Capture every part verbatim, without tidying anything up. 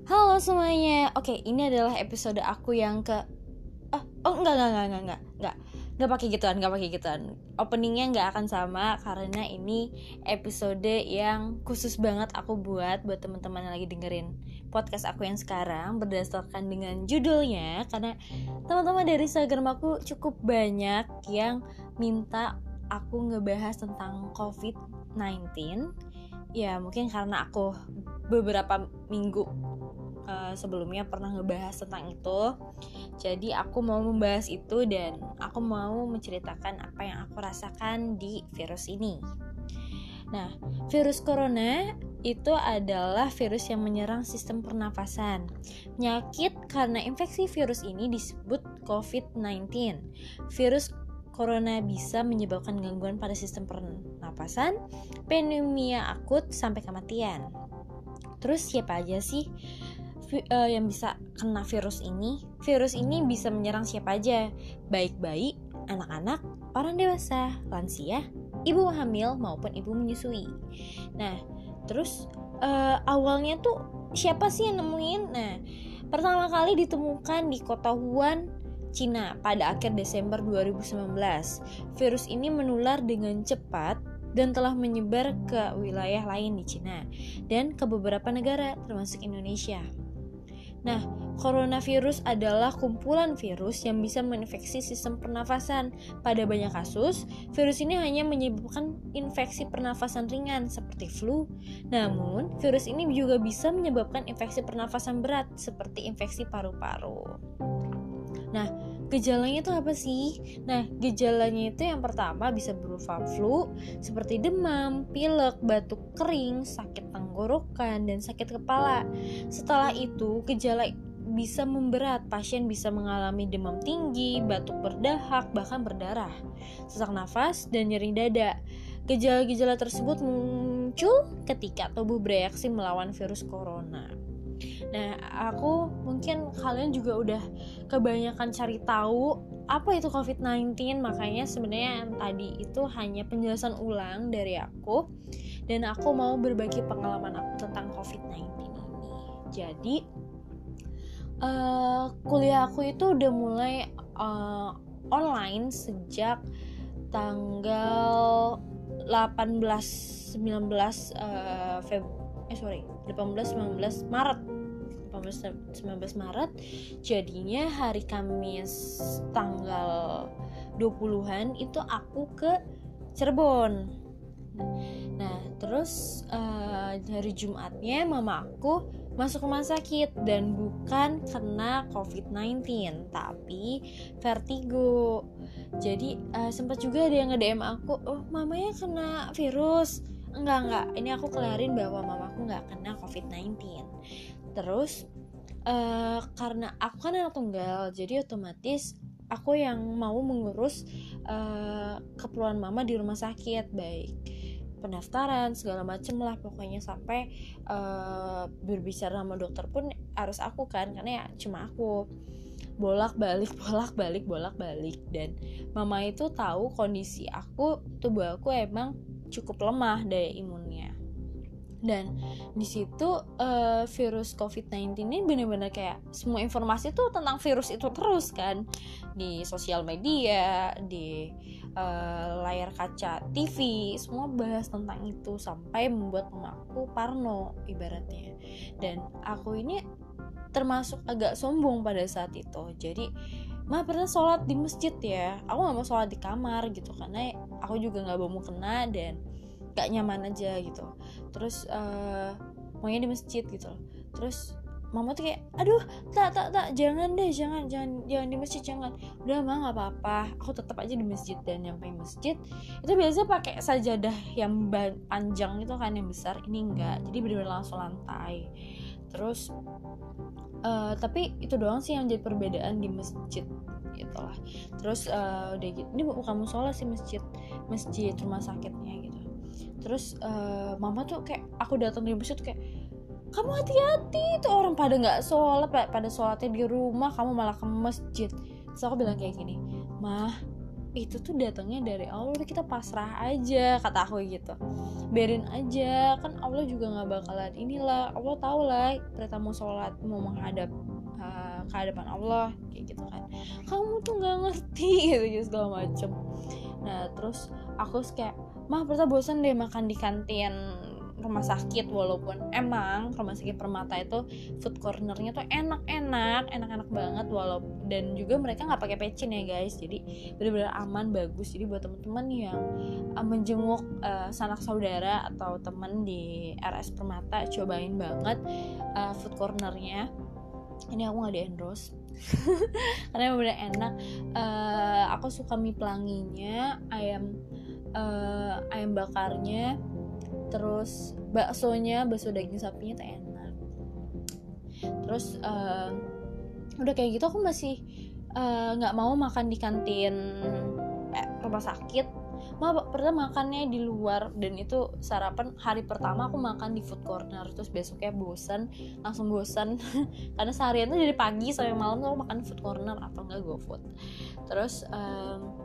Halo semuanya. Oke, ini adalah episode aku yang ke Oh, oh enggak enggak enggak enggak enggak. Enggak. Enggak pakai gituan, enggak pakai gituan. Openingnya enggak akan sama karena ini episode yang khusus banget aku buat buat teman-teman yang lagi dengerin podcast aku yang sekarang berdasarkan dengan judulnya, karena teman-teman dari Instagram aku cukup banyak yang minta aku ngebahas tentang covid sembilan belas. Ya, mungkin karena aku beberapa minggu Uh, sebelumnya pernah ngebahas tentang itu. Jadi aku mau membahas itu dan aku mau menceritakan apa yang aku rasakan di virus ini. Nah, virus corona itu adalah virus yang menyerang sistem pernafasan. Penyakit karena infeksi virus ini disebut covid sembilan belas. Virus corona bisa menyebabkan gangguan pada sistem pernapasan, pneumonia akut sampai kematian. Terus siapa aja sih Uh, yang bisa kena virus ini? Virus ini bisa menyerang siapa aja, baik bayi, anak-anak, orang dewasa, lansia, ibu hamil maupun ibu menyusui. Nah, terus uh, awalnya tuh siapa sih yang nemuin? Nah, pertama kali ditemukan di kota Wuhan, Cina pada akhir Desember dua ribu sembilan belas. Virus ini menular dengan cepat dan telah menyebar ke wilayah lain di Cina dan ke beberapa negara termasuk Indonesia. Nah, coronavirus adalah kumpulan virus yang bisa menginfeksi sistem pernafasan. Pada banyak kasus, virus ini hanya menyebabkan infeksi pernafasan ringan seperti flu. Namun, virus ini juga bisa menyebabkan infeksi pernafasan berat seperti infeksi paru-paru. Nah, gejalanya itu apa sih? Nah, gejalanya itu yang pertama bisa berupa flu seperti demam, pilek, batuk kering, sakit tenggorokan, dan sakit kepala. Setelah itu, gejala bisa memberat. Pasien bisa mengalami demam tinggi, batuk berdahak, bahkan berdarah, sesak nafas, dan nyeri dada. Gejala-gejala tersebut muncul ketika tubuh bereaksi melawan virus corona. Nah, aku mungkin kalian juga udah kebanyakan cari tahu apa itu covid sembilan belas, makanya sebenarnya yang tadi itu hanya penjelasan ulang dari aku dan aku mau berbagi pengalaman aku tentang covid sembilan belas ini. Jadi uh, kuliah aku itu udah mulai uh, online sejak tanggal delapan belas sembilan belas uh, Feb eh sorry delapan belas sembilan belas Maret delapan belas sembilan belas Maret. Jadinya hari Kamis tanggal dua puluhan itu aku ke Cirebon. Nah, terus uh, hari Jumatnya mama aku masuk rumah sakit dan bukan kena covid sembilan belas tapi vertigo. Jadi uh, sempat juga ada yang nge-D M aku, "Oh, mamanya kena virus." Enggak, enggak, ini aku kelarin bahwa mamaku gak kena covid sembilan belas. Terus uh, karena aku kan anak tunggal, jadi otomatis aku yang mau mengurus uh, keperluan mama di rumah sakit, baik pendaftaran segala macem lah pokoknya, sampai uh, berbicara sama dokter pun harus aku kan, karena ya cuma aku bolak-balik bolak-balik bolak-balik dan mama itu tahu kondisi aku, tubuh aku emang cukup lemah daya imunnya. Dan di situ uh, virus covid sembilan belas ini benar-benar kayak semua informasi tuh tentang virus itu terus kan, di sosial media, di uh, layar kaca T V, semua bahas tentang itu sampai membuat mamaku parno ibaratnya. Dan aku ini termasuk agak sombong pada saat itu. Jadi, "Ma, pernah sholat di masjid ya?" Aku gak mau sholat di kamar gitu, karena aku juga gak mau kena dan gak nyaman aja gitu. Terus uh, maunya di masjid gitu loh. Terus mama tuh kayak, "Aduh, tak, tak, tak, jangan deh, jangan, jangan, jangan di masjid, jangan." "Udah ma, gak apa-apa." Aku tetap aja di masjid. Dan nyampe masjid itu biasanya pakai sajadah yang panjang itu kan, yang besar. Ini enggak, jadi bener-bener langsung lantai. Terus Uh, tapi itu doang sih yang jadi perbedaan di masjid gitu lah. Terus uh, udah gitu, ini bukan musola sih, masjid masjid rumah sakitnya gitu. Terus uh, mama tuh kayak, aku datang di masjid tuh kayak, "Kamu hati-hati, tuh orang pada nggak sholat, pada sholatnya di rumah, kamu malah ke masjid." Terus aku bilang kayak gini, "Mah, itu tuh datangnya dari Allah, udah kita pasrah aja, kata aku gitu, biarin aja, kan Allah juga nggak bakalan inilah, Allah tahu lah ternyata mau sholat, mau menghadap uh, ke hadapan Allah kayak gitu kan, kamu tuh nggak ngerti gitu gitu segala macem. Nah terus aku kayak, mah Perta bosan deh makan di kantin rumah sakit, walaupun emang rumah sakit Permata itu food cornernya tuh enak-enak, enak-enak banget, walaupun dan juga mereka nggak pakai pecin ya guys, jadi benar-benar aman, bagus. Jadi buat teman-teman yang uh, menjenguk uh, sanak saudara atau teman di R S Permata, cobain banget uh, food cornernya. Ini aku nggak di endorse karena benar enak. Uh, aku suka mie pelanginya, ayam uh, ayam bakarnya, terus baksonya, bakso daging sapinya tuh enak. Terus uh, udah kayak gitu aku masih nggak uh, mau makan di kantin eh, rumah sakit, malah pernah makannya di luar, dan itu sarapan hari pertama aku makan di food corner, terus besoknya bosan, langsung bosan karena seharian tuh dari pagi sampai malam tuh aku makan food corner atau enggak GoFood. Terus um,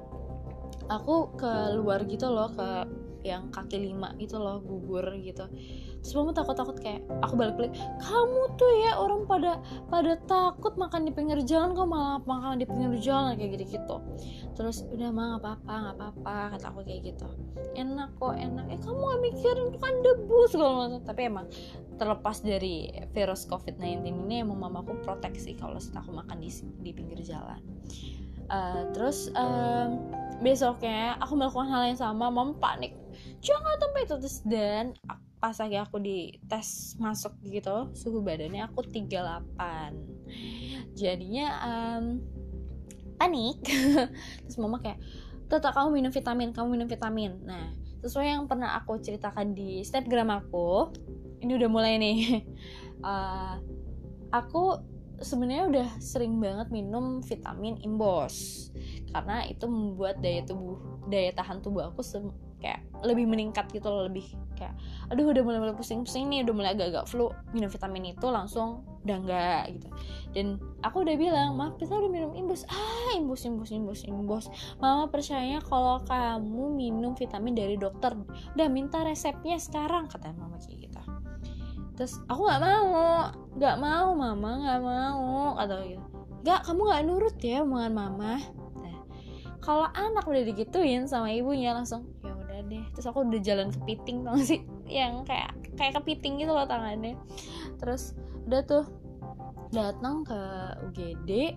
aku ke luar gitu loh, ke yang kaki lima itu loh, bubur gitu. Terus mama takut-takut kayak, aku balik-balik, kamu tuh ya orang pada pada takut makan di pinggir jalan, kamu malah makan di pinggir jalan kayak gitu-gitu. Terus udah mah nggak apa-apa nggak apa-apa kata aku kayak gitu, enak kok enak, eh kamu gak mikirin itu kan debu segala macam. Tapi emang terlepas dari virus covid sembilan belas ini, emang mamaku proteksi kalau aku makan di di pinggir jalan. Uh, terus um, besoknya aku melakukan hal yang sama, mama panik, jangan sampai itu. Terus dan pas lagi aku di tes masuk gitu, suhu badannya aku tiga puluh delapan, jadinya um, panik. Terus mama kayak, tetap kamu minum vitamin, kamu minum vitamin. Nah sesuai yang pernah aku ceritakan di snapgram aku, ini udah mulai nih. uh, aku sebenarnya udah sering banget minum vitamin Imbos karena itu membuat daya tubuh daya tahan tubuh aku se- kayak lebih meningkat gitu loh, lebih kayak aduh udah mulai mulai pusing-pusing nih, udah mulai agak-agak flu, minum vitamin itu langsung udah enggak gitu. Dan aku udah bilang, maaf kita udah minum Imbos, ah Imbos Imbos Imbos Imbos mama percaya kalau kamu minum vitamin dari dokter, udah minta resepnya sekarang, kata mama kayak gitu. Terus aku nggak mau, nggak mau mama, nggak mau, kata gitu. Nggak, kamu nggak nurut ya omongan mama. Nah, kalau anak udah digituin sama ibunya langsung ya udah deh. Terus aku udah jalan kepiting tau sih, yang kayak kayak kepiting gitu loh tangannya. Terus udah tuh datang ke U G D.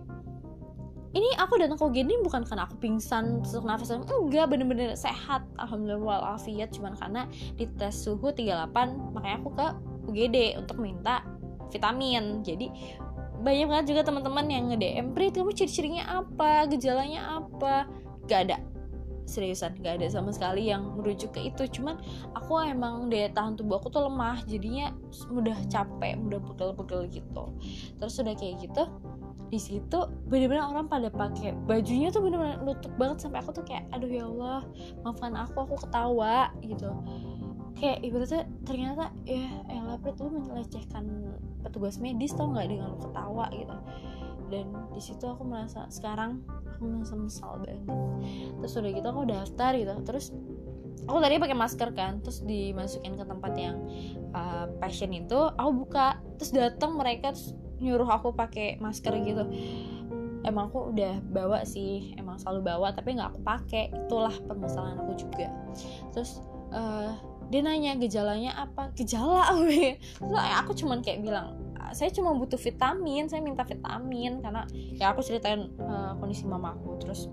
Ini aku datang ke U G D bukan karena aku pingsan, sesak nafas, enggak, bener-bener sehat, alhamdulillah walafiat, cuman karena dites suhu tiga puluh delapan, makanya aku ke U G D untuk minta vitamin. Jadi banyak banget juga teman-teman yang nge-D M, Prit kamu ciri-cirinya apa, gejalanya apa, gak ada, seriusan gak ada sama sekali yang merujuk ke itu. Cuman aku emang daya tahan tubuh aku tuh lemah, jadinya mudah capek, mudah pegel-pegel gitu. Terus udah kayak gitu, di situ benar-benar orang pada pakai bajunya tuh benar-benar nutup banget, sampai aku tuh kayak aduh ya Allah maafkan aku, aku ketawa gitu. Kayak ibaratnya ternyata ya elah Prit, lu melecehkan petugas medis tau nggak dengan lu ketawa gitu. Dan di situ aku merasa, sekarang aku merasa menyesal banget. Terus udah gitu aku daftar gitu, terus aku tadi pakai masker kan, terus dimasukin ke tempat yang uh, pasien itu, aku buka, terus datang mereka terus nyuruh aku pakai masker gitu. Emang aku udah bawa sih, emang selalu bawa, tapi nggak aku pakai, itulah permasalahan aku juga. Terus uh, dia nanya gejalanya apa, gejala terus aku cuman kayak bilang saya cuma butuh vitamin, saya minta vitamin karena ya aku ceritain uh, kondisi mamaku. Terus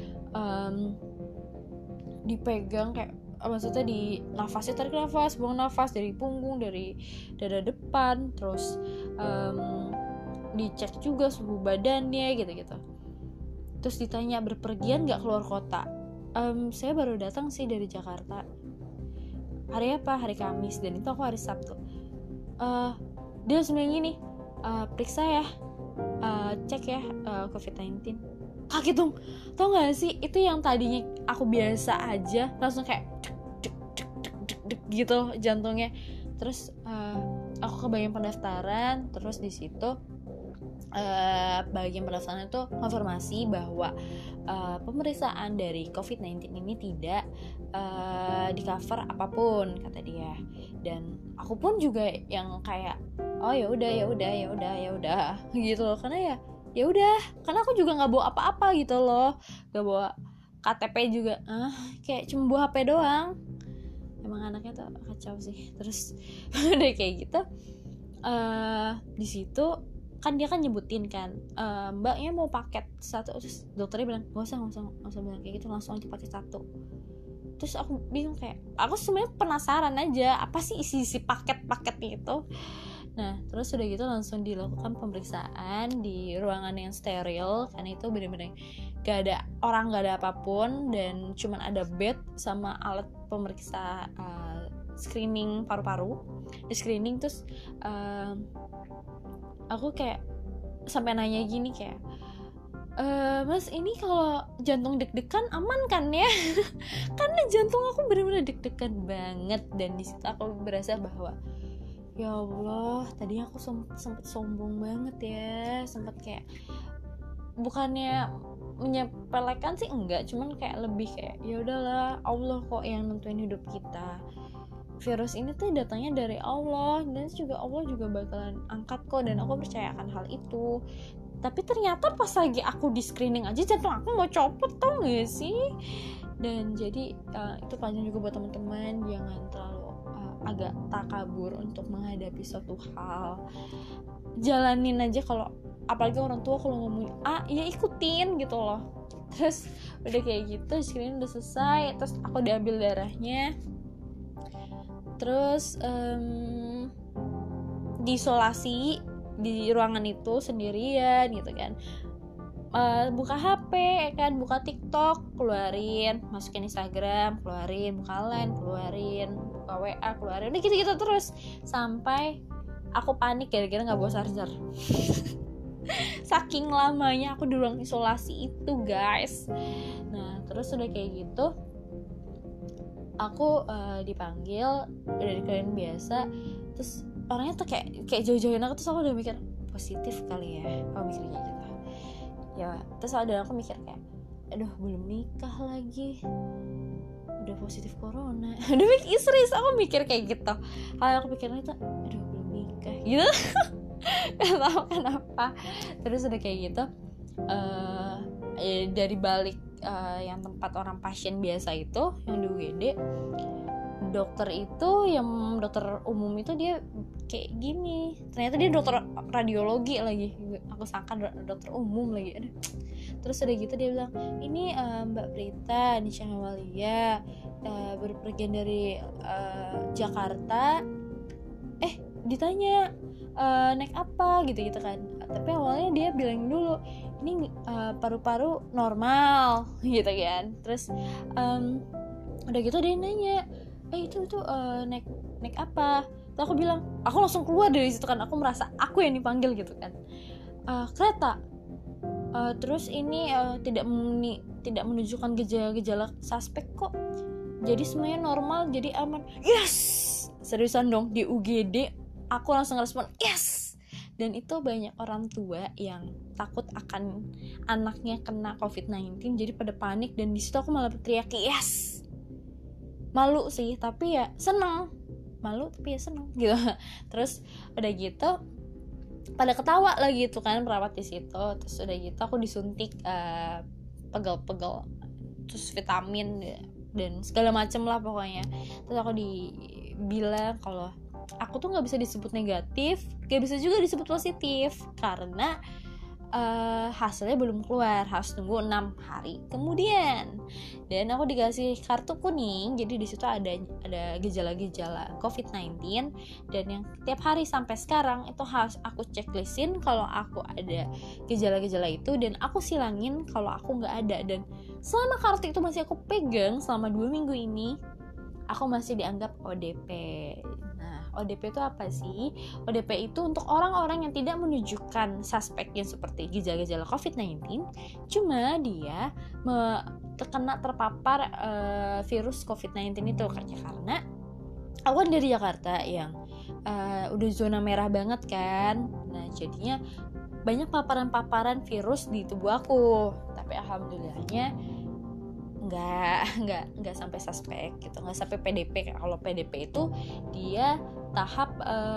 um, dipegang kayak, maksudnya di nafasnya, tarik nafas, buang nafas dari punggung, dari dada depan, terus um, dicek juga suhu badannya gitu-gitu. Terus ditanya berpergian nggak keluar kota, um, saya baru datang sih dari Jakarta. Hari apa? Hari Kamis, dan itu aku hari Sabtu. Uh, dia sebenarnya gini, uh, periksa ya, uh, cek ya uh, covid sembilan belas. Kaget dong, tau gak sih, itu yang tadinya aku biasa aja langsung kayak dek dek dek dek dek, dek gitu jantungnya. Terus uh, aku ke bagian pendaftaran, terus di situ Uh, bagian pelaksanaan itu konfirmasi bahwa uh, pemeriksaan dari covid sembilan belas ini tidak uh, di cover apapun, kata dia. Dan aku pun juga yang kayak oh ya udah ya udah ya udah ya udah gitu loh, karena ya ya udah karena aku juga nggak bawa apa-apa gitu loh, nggak bawa K T P juga, ah kayak cuma bawa H P doang. Emang anaknya tuh kacau sih. Terus udah kayak gitu uh, di situ kan dia kan nyebutin kan e, mbaknya mau paket satu, terus dokternya bilang nggak usah nggak usah nggak usah bilang kayak gitu, langsung aja pakai satu. Terus aku bingung, kayak aku sebenarnya penasaran aja apa sih isi isi paket-paket itu. Nah terus udah gitu langsung dilakukan pemeriksaan di ruangan yang steril, karena itu benar-benar gak ada orang, gak ada apapun, dan cuman ada bed sama alat pemeriksa uh, screening paru-paru. Di screening terus uh, aku kayak sampai nanya gini kayak e, mas ini kalau jantung deg-degan aman kan ya? Karena jantung aku benar-benar deg-degan banget. Dan di situ aku berasa bahwa ya Allah, tadi aku sempet sombong banget ya, sempet kayak bukannya menyepelekan sih enggak, cuman kayak lebih kayak ya udahlah, Allah kok yang nentuin hidup kita. Virus ini tuh datangnya dari Allah, dan juga Allah juga bakalan angkat kok, dan aku percaya akan hal itu. Tapi ternyata pas lagi aku di screening aja jantung aku mau copot, tau gak sih? Dan jadi uh, itu pelajaran juga buat teman-teman, jangan terlalu uh, agak takabur untuk menghadapi suatu hal. Jalanin aja, kalau apalagi orang tua kalau ngomong ah ya ikutin gitu loh. Terus udah kayak gitu screening udah selesai, terus aku diambil darahnya. Terus um, diisolasi di ruangan itu sendirian gitu kan, uh, buka H P kan, buka TikTok keluarin, masukin Instagram keluarin, buka Line keluarin, buka W A keluarin, udah gitu-gitu terus sampai aku panik gara-gara nggak bawa charger. Saking lamanya aku di ruang isolasi itu guys. Nah terus udah kayak gitu aku uh, dipanggil, udah dikirain biasa, terus orangnya tuh kayak kayak jauh-jauhin aku, terus aku udah mikir positif kali ya, aku mikir kayak gitu ya. Terus ada aku mikir kayak aduh belum nikah lagi udah positif corona. Udah mikir serius, aku mikir kayak gitu. Kalau aku pikirnya itu aduh belum nikah gitu. Gak tahu kenapa. Terus udah kayak gitu uh, eh, dari balik Uh, yang tempat orang pasien biasa itu yang di U G D, dokter itu yang dokter umum itu dia kayak gini, ternyata dia dokter radiologi lagi, aku sangka dokter umum lagi. Aduh. Terus udah gitu dia bilang ini uh, Mbak Prita Nisha Walia uh, berpergian dari uh, Jakarta, eh ditanya uh, naik apa gitu-gitu kan. Tapi awalnya dia bilang dulu ini uh, paru-paru normal gitu kan. Terus um, udah gitu dia nanya eh itu itu uh, naik naik apa. Terus aku bilang, aku langsung keluar dari situ kan, aku merasa aku yang dipanggil gitu kan. Uh, kereta uh, terus ini uh, tidak meni, tidak menunjukkan gejala-gejala suspek kok, jadi semuanya normal, jadi aman. Yes, seriusan dong, di U G D aku langsung respon yes. Dan itu banyak orang tua yang takut akan anaknya kena covid sembilan belas, jadi pada panik. Dan di situ aku malah teriak yes. Malu sih, tapi ya seneng. Malu tapi ya seneng gitu. Terus udah gitu pada ketawa lagi tuh kan perawat di situ. Terus udah gitu aku disuntik uh, pegel-pegel, terus vitamin dan segala macem lah pokoknya. Terus aku dibilang kalau aku tuh nggak bisa disebut negatif, nggak bisa juga disebut positif karena uh, hasilnya belum keluar, harus tunggu enam hari kemudian. Dan aku dikasih kartu kuning, jadi di situ ada ada gejala-gejala covid sembilan belas, dan yang tiap hari sampai sekarang itu harus aku checklistin kalau aku ada gejala-gejala itu, dan aku silangin kalau aku nggak ada. Dan selama kartu itu masih aku pegang selama dua minggu ini, aku masih dianggap O D P. O D P itu apa sih? O D P itu untuk orang-orang yang tidak menunjukkan suspek yang seperti gejala-gejala covid sembilan belas, cuma dia me- terkena terpapar uh, virus covid sembilan belas itu. Karena aku kan dari Jakarta yang uh, udah zona merah banget kan. Nah jadinya banyak paparan-paparan virus di tubuh aku. Tapi alhamdulillahnya nggak nggak nggak sampai suspek gitu, nggak sampai P D P. Kalau P D P itu dia tahap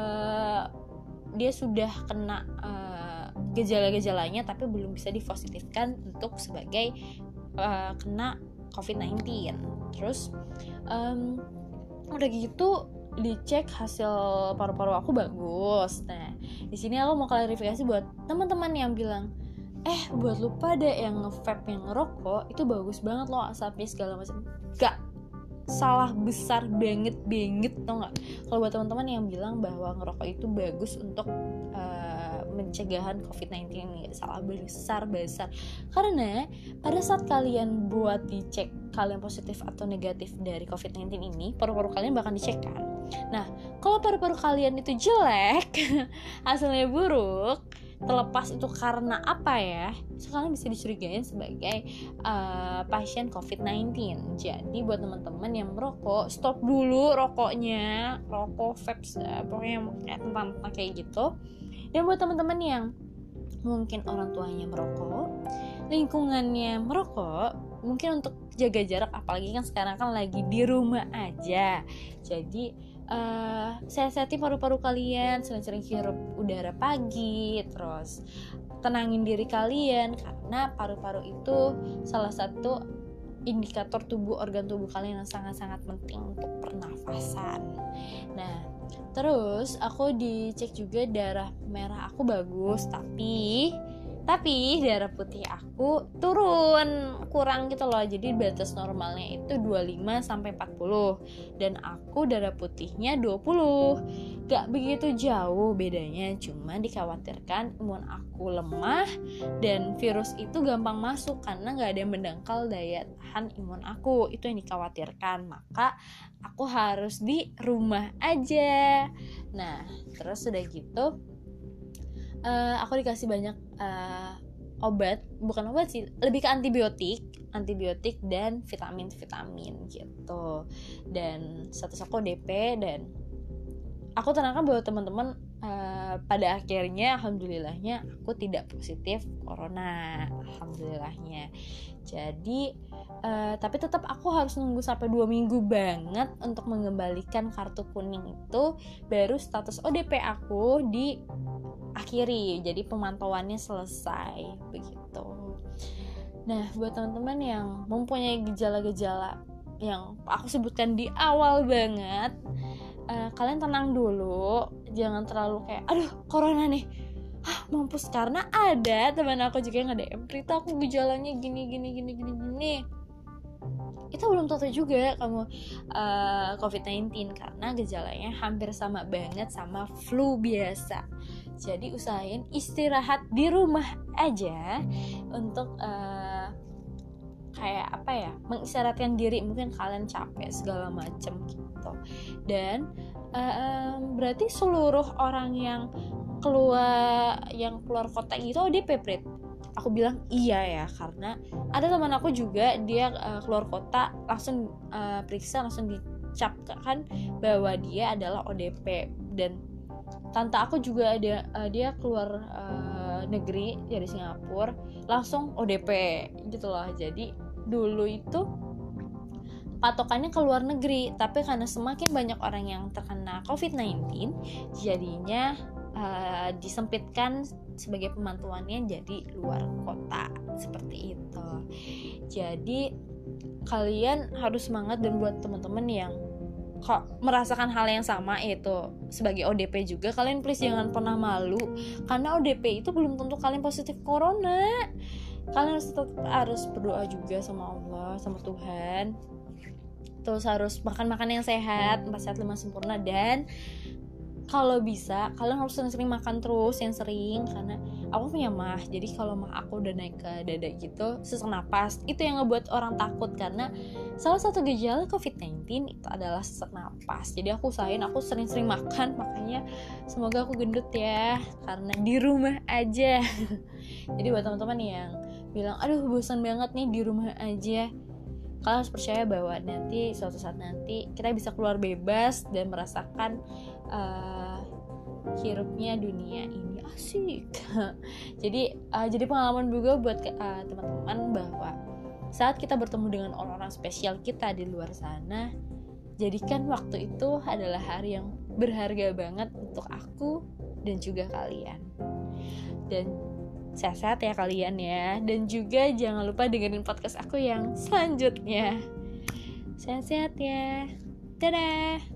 uh, dia sudah kena uh, gejala-gejalanya tapi belum bisa dipositifkan untuk sebagai uh, kena covid sembilan belas. Terus um, udah gitu dicek hasil paru-paru aku bagus. Nah, di sini aku mau klarifikasi buat teman-teman yang bilang, eh buat lu pada yang nge-vape, yang ngerokok itu bagus banget loh asapnya segala macam. Gak, salah besar banget banget, tau nggak? Kalau buat teman-teman yang bilang bahwa ngerokok itu bagus untuk uh, pencegahan covid sembilan belas ini, salah besar besar. Karena pada saat kalian buat dicek kalian positif atau negatif dari covid sembilan belas ini, paru-paru kalian bakal dicek kan. Nah, kalau paru-paru kalian itu jelek, hasilnya buruk, terlepas itu karena apa ya, kalian bisa dicurigain sebagai uh, pasien covid sembilan belas. Jadi buat teman-teman yang merokok, stop dulu rokoknya, rokok vape, pokoknya yang kayak gitu. Dan buat teman-teman yang mungkin orang tuanya merokok, lingkungannya merokok, mungkin untuk jaga jarak, apalagi kan sekarang kan lagi di rumah aja. Jadi Uh, sehat-sehatin paru-paru kalian, sering-sering hirup udara pagi, terus tenangin diri kalian, karena paru-paru itu salah satu indikator tubuh, organ tubuh kalian yang sangat-sangat penting untuk pernafasan. Nah, terus aku dicek juga darah merah aku bagus, tapi tapi darah putih aku turun, kurang gitu loh. Jadi batas normalnya itu dua puluh lima sampai empat puluh dan aku darah putihnya dua puluh. Gak begitu jauh bedanya, cuma dikhawatirkan imun aku lemah dan virus itu gampang masuk karena gak ada yang mendangkal daya tahan imun aku. Itu yang dikhawatirkan, maka aku harus di rumah aja. Nah, terus udah gitu Uh, aku dikasih banyak uh, obat, bukan obat sih, lebih ke antibiotik, antibiotik dan vitamin-vitamin gitu. Dan status aku O D P, dan aku tenangkan bahwa teman-teman uh, pada akhirnya alhamdulillahnya aku tidak positif corona, alhamdulillahnya. Jadi uh, tapi tetap aku harus nunggu sampai dua minggu banget untuk mengembalikan kartu kuning itu, baru status O D P aku di akhiri, jadi pemantauannya selesai begitu. Nah, buat teman-teman yang mempunyai gejala-gejala yang aku sebutkan di awal banget, uh, kalian tenang dulu, jangan terlalu kayak aduh corona nih, ah mampus. Karena ada teman aku juga yang nge-D M, Rita aku gejalanya gini gini gini gini gini. Itu belum tentu juga kamu uh, covid sembilan belas, karena gejalanya hampir sama banget sama flu biasa. Jadi usahain istirahat di rumah aja untuk uh, kayak apa ya, mengistirahatkan diri. Mungkin kalian capek segala macem gitu. Dan uh, um, berarti seluruh orang yang keluar yang keluar kota gitu O D P, Prit? Aku bilang iya ya, karena ada teman aku juga dia uh, keluar kota langsung uh, periksa, langsung dicap kan bahwa dia adalah O D P. Dan tante aku juga ada uh, dia keluar uh, negeri dari Singapura langsung O D P gitu loh. Jadi dulu itu patokannya ke luar negeri, tapi karena semakin banyak orang yang terkena covid sembilan belas, jadinya uh, disempitkan sebagai pemantauannya jadi luar kota seperti itu. Jadi kalian harus semangat. Dan buat teman-teman yang kok merasakan hal yang sama, yaitu sebagai O D P juga, kalian please jangan pernah malu, karena O D P itu belum tentu kalian positif corona. Kalian harus tetap harus berdoa juga sama Allah, sama Tuhan. Terus harus makan makan yang sehat, empat sehat lima sempurna. Dan kalau bisa kalian harus sering-sering makan terus, yang sering, karena aku punya mah. Jadi kalau mah aku udah naik ke dada gitu, sesak napas, itu yang ngebuat orang takut. Karena salah satu gejala covid sembilan belas itu adalah sesak napas. Jadi aku usahain aku sering-sering makan. Makanya semoga aku gendut ya, karena di rumah aja. Jadi buat teman-teman yang bilang aduh bosan banget nih di rumah aja, kalian harus percaya bahwa nanti suatu saat nanti kita bisa keluar bebas dan merasakan uh, hirupnya dunia ini, asik. Jadi uh, jadi pengalaman juga buat uh, teman-teman bahwa saat kita bertemu dengan orang-orang spesial kita di luar sana, jadikan waktu itu adalah hari yang berharga banget untuk aku dan juga kalian. Dan sehat-sehat ya kalian ya. Dan juga jangan lupa dengerin podcast aku yang selanjutnya. Sehat-sehat ya. Dadah.